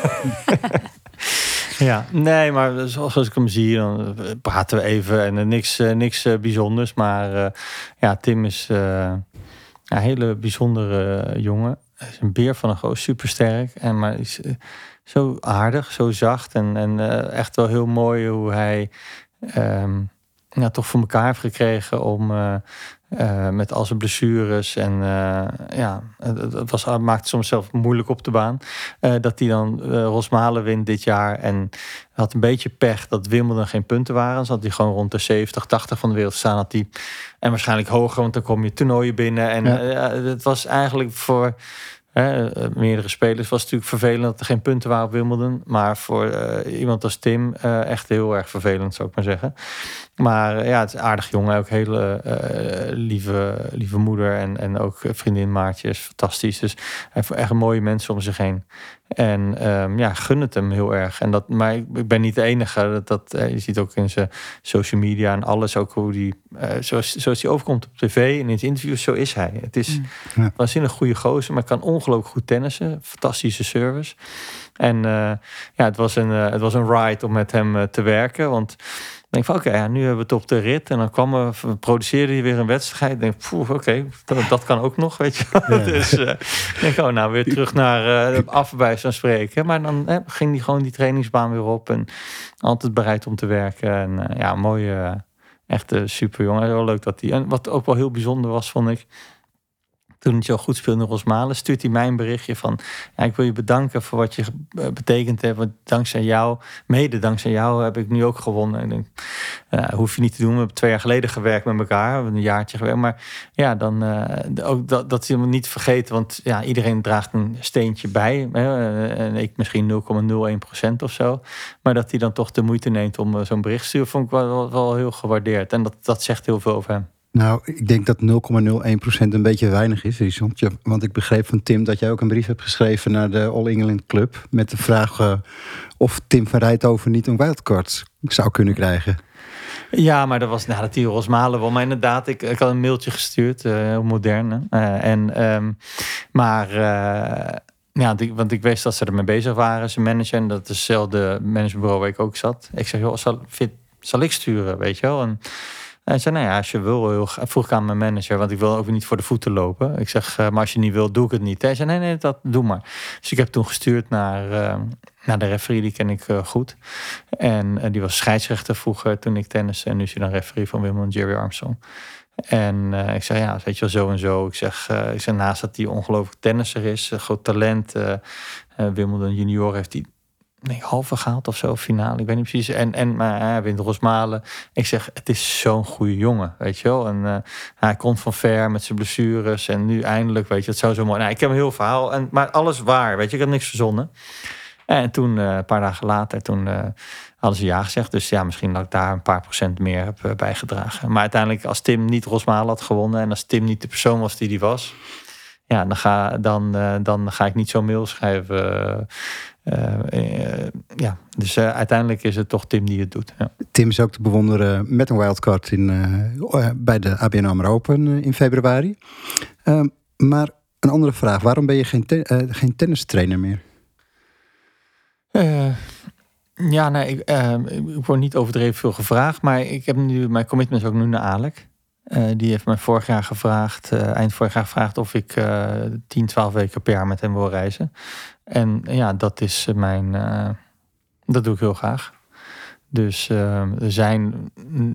Speaker 1: maar zoals ik hem zie, dan praten we even en niks bijzonders. Maar Tim is een hele bijzondere jongen. Hij is een beer van een goos, supersterk. Maar is zo aardig, zo zacht en echt wel heel mooi hoe hij toch voor elkaar heeft gekregen om met al zijn blessures en het maakte soms zelf moeilijk op de baan. Dat hij dan Rosmalen wint dit jaar en had een beetje pech dat Wimbledon geen punten waren. Dan zat hij gewoon rond de 70, 80 van de wereld staan. Had hij, en waarschijnlijk hoger, want dan kom je toernooien binnen. En het was eigenlijk voor meerdere spelers was het natuurlijk vervelend dat er geen punten waren op Wimbledon. Maar voor iemand als Tim echt heel erg vervelend, zou ik maar zeggen. Maar het is een aardig jongen. Ook hele lieve moeder. En ook vriendin Maartje is fantastisch. Dus hij heeft echt mooie mensen om zich heen. En gun het hem heel erg. Maar ik ben niet de enige. Je ziet ook in zijn social media en alles. Ook hoe die zoals hij overkomt op tv en in het interview, zo is hij. Het is een waanzinnig goede gozer, maar kan ongelooflijk goed tennissen. Fantastische service. En het was een ride om met hem te werken, want ik denk van oké, nu hebben we het op de rit. En dan produceerde hij weer een wedstrijd. Ik denk, oké, dat kan ook nog, weet je. Ja. Dus ik denk, weer terug naar af bij zo'n spreken. Maar dan ging hij gewoon die trainingsbaan weer op. En altijd bereid om te werken. En mooie, echt super jongen. Heel leuk dat hij... En wat ook wel heel bijzonder was, vond ik... Toen hij zo goed speelde in Rosmalen, stuurt hij mij een berichtje van... ik wil je bedanken voor wat je betekend hebt. Want mede dankzij jou heb ik nu ook gewonnen. En ik denk, hoef je niet te doen. We hebben 2 jaar geleden gewerkt met elkaar. We hebben een jaartje gewerkt. Maar dan ook dat hij hem niet vergeten. Want iedereen draagt een steentje bij. En ik misschien 0,01% of zo. Maar dat hij dan toch de moeite neemt om zo'n bericht te sturen... vond ik wel heel gewaardeerd. En dat zegt heel veel over hem.
Speaker 2: Nou, ik denk dat 0,01% een beetje weinig is, Richard. Want ik begreep van Tim dat jij ook een brief hebt geschreven naar de All England Club... met de vraag of Tim van Rijthoven niet een wildcard zou kunnen krijgen. Ja, maar dat was dat die
Speaker 1: Rosmalen wel. Maar inderdaad, ik had een mailtje gestuurd, heel modern. Want ik wist dat ze ermee bezig waren, zijn manager. En dat is hetzelfde managementbureau waar ik ook zat. Ik zeg, zal ik sturen, weet je wel? En hij zei, als je wil, vroeg ik aan mijn manager, want ik wil ook niet voor de voeten lopen. Ik zeg, maar als je niet wil, doe ik het niet. Hij zei, nee, dat doe maar. Dus ik heb toen gestuurd naar de referee, die ken ik goed. En die was scheidsrechter vroeger toen ik tenniste. En nu is hij dan referee van Wimbledon, Jerry Armstrong. En ik zei, weet je wel, zo en zo. Ik zeg naast dat hij ongelooflijk tennisser is, groot talent. Wimbledon junior heeft hij... halve gehaald of zo, finale, ik weet niet precies. Maar hij wint Rosmalen. Ik zeg, het is zo'n goede jongen, weet je wel. En hij komt van ver met zijn blessures. En nu eindelijk, weet je, het zou zo mooi... ik heb een heel verhaal, maar alles waar, weet je. Ik heb niks verzonnen. En toen, een paar dagen later, hadden ze ja gezegd. Dus misschien dat ik daar een paar procent meer heb bijgedragen. Maar uiteindelijk, als Tim niet Rosmalen had gewonnen... en als Tim niet de persoon was die was... dan ga ik niet zo'n mail schrijven... Dus uiteindelijk is het toch Tim die het doet. Ja. Tim is ook te bewonderen met een wildcard bij de ABN AMRO Open in februari.
Speaker 2: Maar een andere vraag. Waarom ben je geen tennistrainer meer?
Speaker 1: Ik word niet overdreven veel gevraagd. Maar ik heb nu mijn commitments ook nu naar Alec. Die heeft mij eind vorig jaar gevraagd of ik 10, 12 weken per jaar met hem wil reizen. En dat is dat doe ik heel graag. Dus er zijn...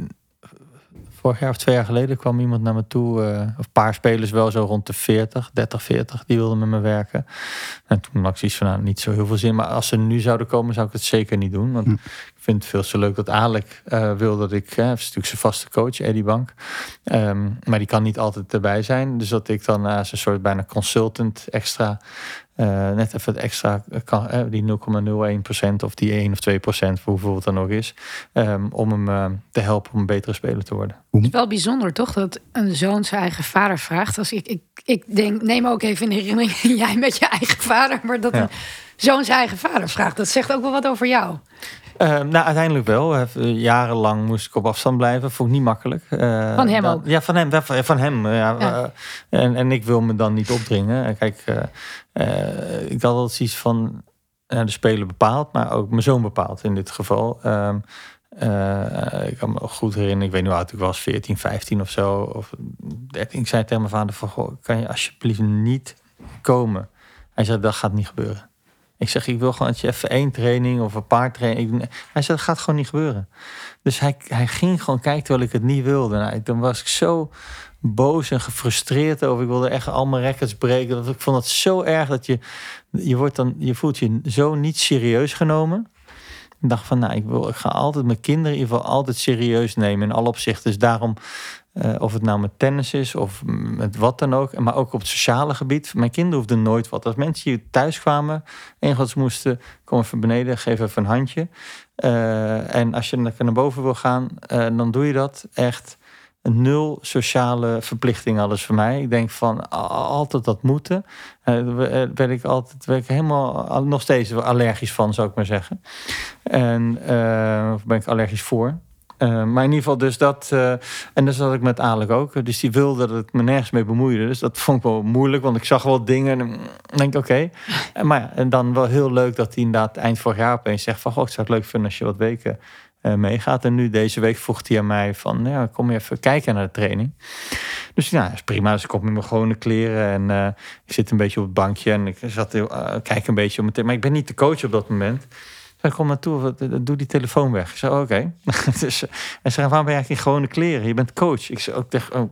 Speaker 1: Vorig jaar of 2 jaar geleden kwam iemand naar me toe. Of een paar spelers wel zo rond de 30, 40. Die wilden met me werken. En toen had ik zoiets van, niet zo heel veel zin. Maar als ze nu zouden komen, zou ik het zeker niet doen. Want ik vind het veel zo leuk dat Alec wil dat ik... Hij is natuurlijk zijn vaste coach, Eddie Bank. Maar die kan niet altijd erbij zijn. Dus dat ik dan als een soort bijna consultant extra... net even het extra kan, die 0,01% of die 1 of 2%, voor hoeveel het dan ook is, om hem te helpen om een betere speler te worden.
Speaker 3: Het is wel bijzonder, toch, dat een zoon zijn eigen vader vraagt. Als ik denk, neem ook even in herinnering, jij met je eigen vader, maar dat een zoon zijn eigen vader vraagt, dat zegt ook wel wat over jou.
Speaker 1: Uiteindelijk wel. Jarenlang moest ik op afstand blijven. Vond ik niet makkelijk.
Speaker 3: Van hem ook?
Speaker 1: Ja, van hem. Ja. En ik wil me dan niet opdringen. Kijk, ik had altijd iets van... de speler bepaalt, maar ook mijn zoon bepaalt in dit geval. Ik kan me goed herinneren, ik weet niet hoe oud ik was, 14, 15 of zo. Of 13. Ik zei tegen mijn vader van, goh, kan je alsjeblieft niet komen? Hij zei, dat gaat niet gebeuren. Ik zeg, ik wil gewoon dat je even 1 training of een paar trainingen... Hij zei, dat gaat gewoon niet gebeuren. Dus hij ging gewoon kijken terwijl ik het niet wilde. Dan was ik zo boos en gefrustreerd over. Ik wilde echt al mijn records breken. Ik vond het zo erg dat je voelt je zo niet serieus genomen. Ik dacht van, ik ga altijd mijn kinderen in ieder geval altijd serieus nemen in alle opzichten. Dus daarom... of het nou met tennis is of met wat dan ook. Maar ook op het sociale gebied. Mijn kinderen hoefden nooit wat. Als mensen hier thuis kwamen, enigszins moesten... kom even beneden, geef even een handje. En als je naar boven wil gaan, dan doe je dat. Echt 0 sociale verplichting hadden ze voor mij. Ik denk van, altijd dat moeten. Ben ik helemaal nog steeds allergisch van, zou ik maar zeggen. En ben ik allergisch voor. Maar in ieder geval dus dat... en dat zat ik met Alec ook. Dus die wilde dat ik me nergens mee bemoeide. Dus dat vond ik wel moeilijk, want ik zag wel dingen. En dan denk ik, oké. Maar ja, en dan wel heel leuk dat hij inderdaad eind vorig jaar opeens zegt van... ik zou het leuk vinden als je wat weken meegaat. En nu deze week vroeg hij aan mij van... kom je even kijken naar de training. Dus ja, is prima. Dus ik kom in mijn gewone kleren en ik zit een beetje op het bankje. En ik zat kijk een beetje om het... Maar ik ben niet de coach op dat moment. Ik kom naartoe, doe die telefoon weg. Ik zei, oké. Dus, en ze zei, waarom ben je eigenlijk in gewone kleren? Je bent coach. Ik zei,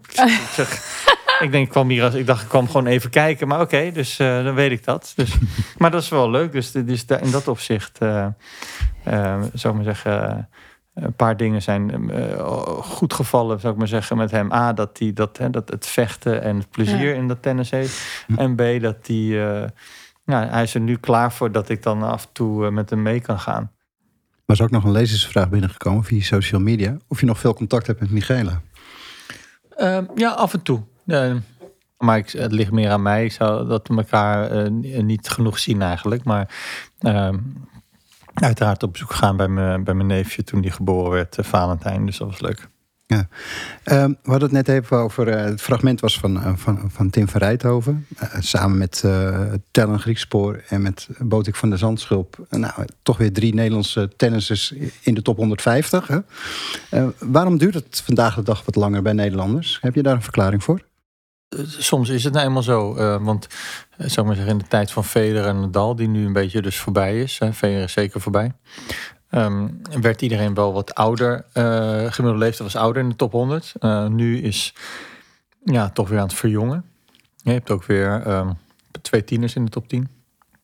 Speaker 1: ik kwam gewoon even kijken. Maar oké, dus dan weet ik dat. Dus, maar dat is wel leuk. Dus in dat opzicht, zou ik maar zeggen... een paar dingen zijn goed gevallen, zou ik maar zeggen, met hem. A, dat het vechten en het plezier in dat tennis heeft. En B, dat hij is er nu klaar voor dat ik dan af en toe met hem mee kan gaan.
Speaker 2: Er is ook nog een lezersvraag binnengekomen via social media. Of je nog veel contact hebt met Michela?
Speaker 1: Ja, af en toe. Maar het ligt meer aan mij. Ik zou dat we elkaar niet genoeg zien eigenlijk. Maar uiteraard op bezoek gaan bij mijn neefje toen die geboren werd, Valentijn. Dus dat was leuk.
Speaker 2: Ja. We hadden het net even over... het fragment was van Tim van Rijthoven. Samen met Tellen Griekspoor en met Botik van der Zandschulp. Toch weer 3 Nederlandse tennissers in de top 150. Hè? Waarom duurt het vandaag de dag wat langer bij Nederlanders? Heb je daar een verklaring voor?
Speaker 1: Soms is het nou eenmaal zo. Want zou ik maar zeggen, in de tijd van Federer en Nadal... die nu een beetje dus voorbij is. Federer is zeker voorbij. Werd iedereen wel wat ouder. Gemiddelde leeftijd was ouder in de top 100. Nu is toch weer aan het verjongen. Je hebt ook weer 2 tieners in de top 10.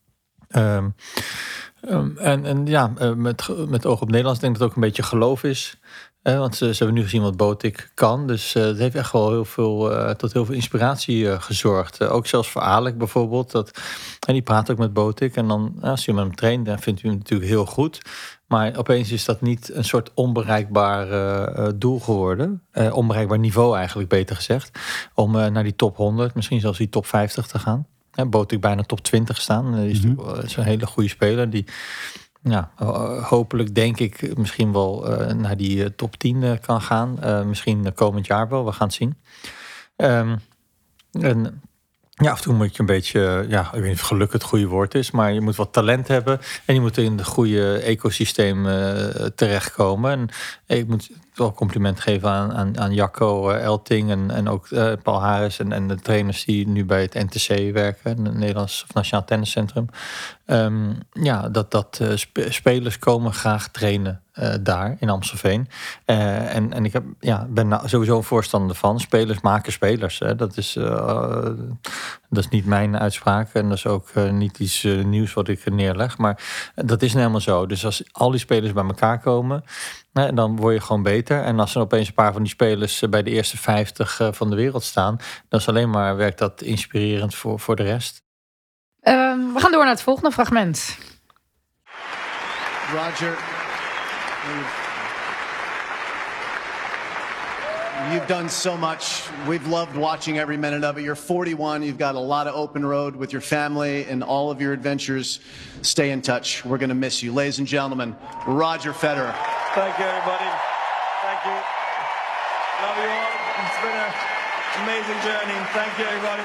Speaker 1: Met oog op Nederlands denk ik dat het ook een beetje geloof is. Want ze hebben nu gezien wat Botik kan. Dus het heeft echt wel tot heel veel inspiratie gezorgd. Ook zelfs voor Alec bijvoorbeeld. En die praat ook met Botik. En dan, als je met hem traint, dan vindt u hem natuurlijk heel goed. Maar opeens is dat niet een soort onbereikbaar doel geworden. Onbereikbaar niveau eigenlijk, beter gezegd. Om naar die top 100, misschien zelfs die top 50 te gaan. Botik bijna top 20 staan. Is een hele goede speler die... hopelijk denk ik misschien wel naar die top 10 kan gaan. Misschien komend jaar wel, we gaan het zien. Af en toe moet je een beetje, ik weet niet of geluk het goede woord is, maar je moet wat talent hebben en je moet in het goede ecosysteem terechtkomen. En ik moet wel compliment geven aan Jacco Elting en ook Paul Harris en de trainers die nu bij het NTC werken, het Nederlands Nationaal Tenniscentrum. Spelers komen graag trainen daar in Amstelveen. En ik ben sowieso een voorstander van. Spelers maken spelers. Hè. Dat is niet mijn uitspraak. En dat is ook niet iets nieuws wat ik neerleg. Maar dat is nou helemaal zo. Dus als al die spelers bij elkaar komen, dan word je gewoon beter. En als er opeens een paar van die spelers bij de eerste 50 van de wereld staan, dan is alleen maar, werkt dat inspirerend voor de rest.
Speaker 3: We gaan door naar het volgende fragment.
Speaker 9: Roger, you've done so much. We've loved watching every minute of it. You're 41. You've got a lot of open road with your family and all of your adventures. Stay in touch. We're going to miss you. Ladies and gentlemen, Roger Federer.
Speaker 5: Thank you, everybody. Thank you. Love you all. It's been an amazing journey. Thank you, everybody.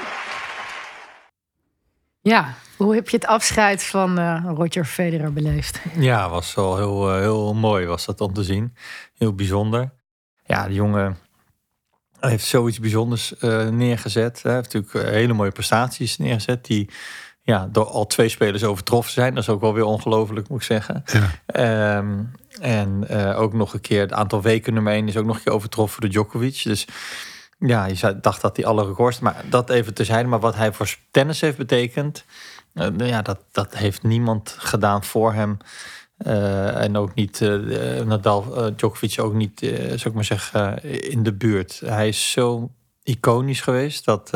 Speaker 3: Ja, hoe heb je het afscheid van Roger Federer beleefd?
Speaker 1: Ja, was wel heel mooi was dat om te zien. Heel bijzonder. Ja, de jongen heeft zoiets bijzonders neergezet. Hij heeft natuurlijk hele mooie prestaties neergezet die door al 2 spelers overtroffen zijn. Dat is ook wel weer ongelooflijk, moet ik zeggen. Ja. En ook nog een keer het aantal weken nummer 1 is ook nog een keer overtroffen door Djokovic. Dus ja, je dacht dat hij alle records... Maar dat even terzijde. Maar wat hij voor tennis heeft betekend, dat heeft niemand gedaan voor hem. En ook niet Nadal, Djokovic ook niet, zou ik maar zeggen, in de buurt. Hij is zo iconisch geweest dat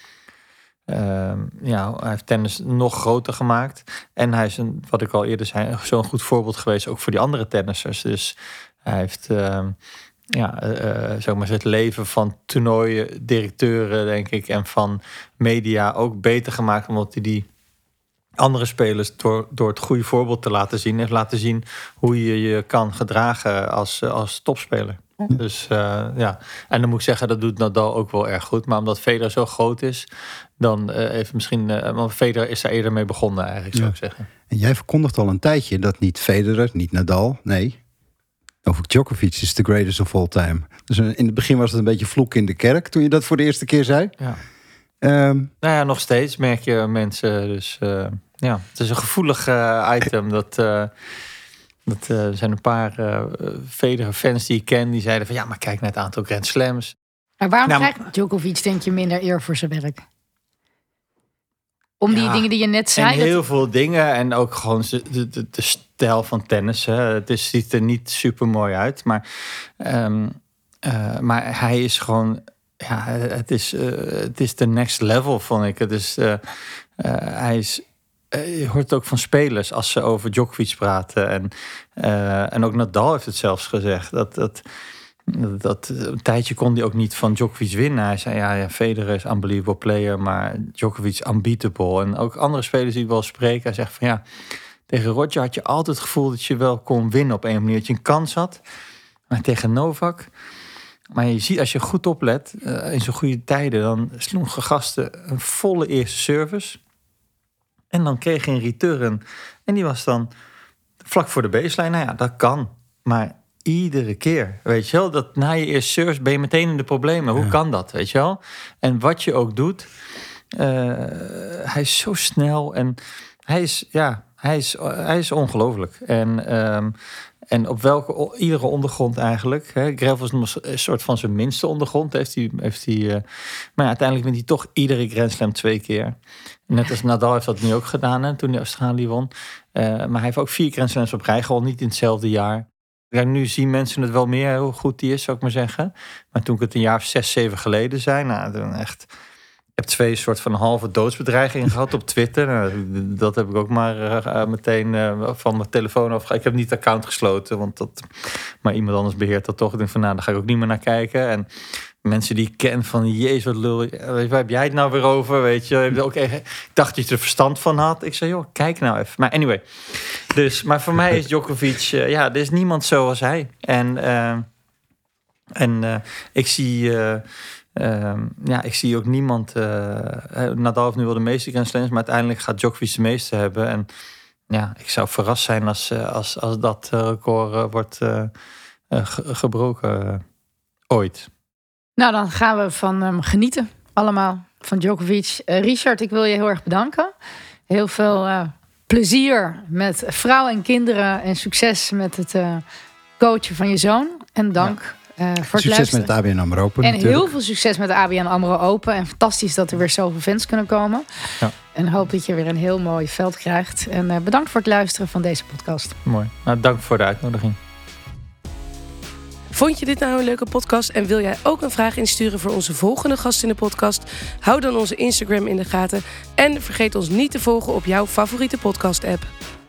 Speaker 1: hij heeft tennis nog groter gemaakt. En hij is, wat ik al eerder zei, zo'n goed voorbeeld geweest ook voor die andere tennissers. Dus hij heeft zeg maar het leven van toernooien, directeuren, denk ik, en van media ook beter gemaakt, omdat hij die andere spelers door het goede voorbeeld te laten zien, heeft laten zien hoe je je kan gedragen als topspeler. Dus ja, en dan moet ik zeggen, dat doet Nadal ook wel erg goed. Maar omdat Federer zo groot is, dan heeft misschien... want Federer is daar eerder mee begonnen eigenlijk, zou ik zeggen.
Speaker 2: En jij verkondigt al een tijdje dat niet Federer, niet Nadal, nee, Novak Djokovic is the greatest of all time. Dus in het begin was het een beetje vloek in de kerk toen je dat voor de eerste keer zei.
Speaker 1: Ja. Nou ja, nog steeds merk je mensen. Dus ja, het is een gevoelig item. Dat er zijn een paar Federer-fans die ik ken, die zeiden van ja, maar kijk naar het aantal Grand Slams.
Speaker 3: Maar waarom krijgt Djokovic, denk je, minder eer voor zijn werk? Om die dingen die je net zei.
Speaker 1: En heel veel dingen. En ook gewoon de stijl van tennis. Hè. Het ziet er niet super mooi uit. Maar hij is gewoon... Ja, het is de next level, vond ik. Het is, hij is... Je hoort het ook van spelers als ze over Djokovic praten. En ook Nadal heeft het zelfs gezegd. Dat een tijdje kon hij ook niet van Djokovic winnen. Hij zei, ja, Federer is unbelievable player, maar Djokovic unbeatable. En ook andere spelers die wel spreken. Hij zegt van ja, tegen Roger had je altijd het gevoel dat je wel kon winnen op een manier. Dat je een kans had. Maar tegen Novak... Maar je ziet, als je goed oplet, in zo'n goede tijden, dan sloegen gasten een volle eerste service. En dan kreeg je een return. En die was dan vlak voor de baseline. Nou ja, dat kan. Maar iedere keer, weet je wel, dat na je eerste service ben je meteen in de problemen. Hoe kan dat, weet je wel? En wat je ook doet, hij is zo snel en hij is ongelooflijk. En op iedere ondergrond eigenlijk. Gravel is nog een soort van zijn minste ondergrond. Maar uiteindelijk wint hij toch iedere Grand Slam 2 keer. Net als Nadal heeft dat nu ook gedaan toen hij Australië won. Maar hij heeft ook 4 Grand Slams op rij gewonnen, niet in hetzelfde jaar. Ja, nu zien mensen het wel meer hoe goed die is, zou ik maar zeggen. Maar toen ik het een jaar of 6, 7 geleden zei, nou, dan echt... Ik heb 2 soort van halve doodsbedreigingen gehad op Twitter. Nou, dat heb ik ook maar meteen van mijn telefoon af. Ik heb niet het account gesloten, maar iemand anders beheert dat toch. Ik denk van, nou, daar ga ik ook niet meer naar kijken. En mensen die ik ken van, jezus, wat lul. Waar heb jij het nou weer over? Weet je, ik dacht dat je er verstand van had. Ik zei, joh, kijk nou even. Maar anyway. Dus, maar voor mij is Djokovic, er is niemand zoals hij. En ik zie... ik zie ook niemand... Nadal heeft nu wel de meeste Grand Slams, maar uiteindelijk gaat Djokovic de meeste hebben. En ja, ik zou verrast zijn als dat record wordt gebroken ooit.
Speaker 3: Nou, dan gaan we van genieten allemaal van Djokovic. Richard, ik wil je heel erg bedanken. Heel veel plezier met vrouw en kinderen en succes met het coachen van je zoon. En dank... Ja. Voor
Speaker 2: succes met de ABN AMRO Open.
Speaker 3: En heel veel succes met de ABN AMRO Open. En fantastisch dat er weer zoveel fans kunnen komen. Ja. En hoop dat je weer een heel mooi veld krijgt. En bedankt voor het luisteren van deze podcast.
Speaker 1: Mooi. Nou, dank voor de uitnodiging.
Speaker 10: Vond je dit nou een leuke podcast en wil jij ook een vraag insturen voor onze volgende gast in de podcast? Hou dan onze Instagram in de gaten. En vergeet ons niet te volgen op jouw favoriete podcast-app.